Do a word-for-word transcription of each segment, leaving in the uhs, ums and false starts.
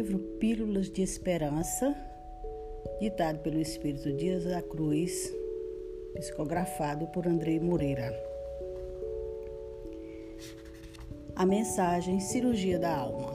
livro Pílulas de Esperança, ditado pelo Espírito Dias da Cruz, psicografado por Andrei Moreira. A mensagem Cirurgia da Alma.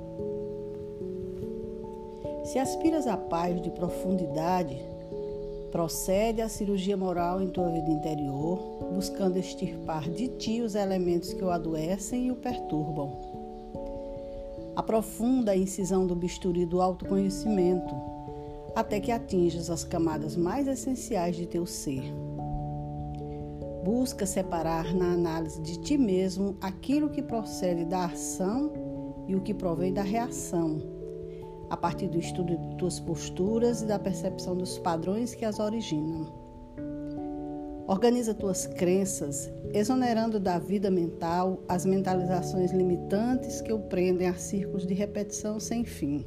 Se aspiras a paz de profundidade, procede à cirurgia moral em tua vida interior, buscando extirpar de ti os elementos que o adoecem e o perturbam. Aprofunda a incisão do bisturi do autoconhecimento, até que atinjas as camadas mais essenciais de teu ser. Busca separar na análise de ti mesmo aquilo que procede da ação e o que provém da reação, a partir do estudo de tuas posturas e da percepção dos padrões que as originam. Organiza tuas crenças, exonerando da vida mental as mentalizações limitantes que o prendem a círculos de repetição sem fim.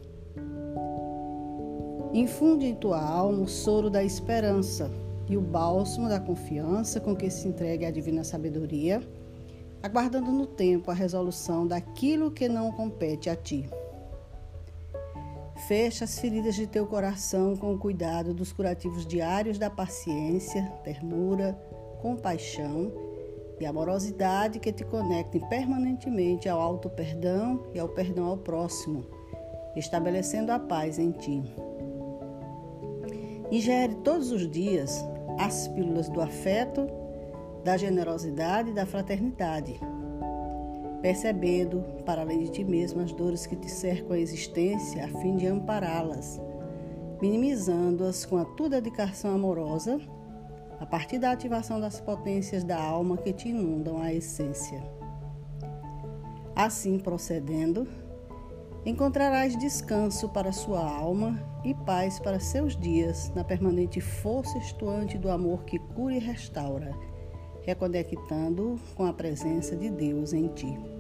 Infunde em tua alma o soro da esperança e o bálsamo da confiança com que se entregue à divina sabedoria, aguardando no tempo a resolução daquilo que não compete a ti. Fecha as feridas de teu coração com o cuidado dos curativos diários da paciência, ternura, compaixão e amorosidade que te conectem permanentemente ao auto-perdão e ao perdão ao próximo, estabelecendo a paz em ti. Ingere todos os dias as pílulas do afeto, da generosidade e da fraternidade, percebendo, para além de ti mesmo, as dores que te cercam a existência, a fim de ampará-las, minimizando-as com a tua dedicação amorosa, a partir da ativação das potências da alma que te inundam a essência. Assim procedendo, encontrarás descanso para sua alma e paz para seus dias na permanente força estuante do amor que cura e restaura, reconectando com a presença de Deus em ti.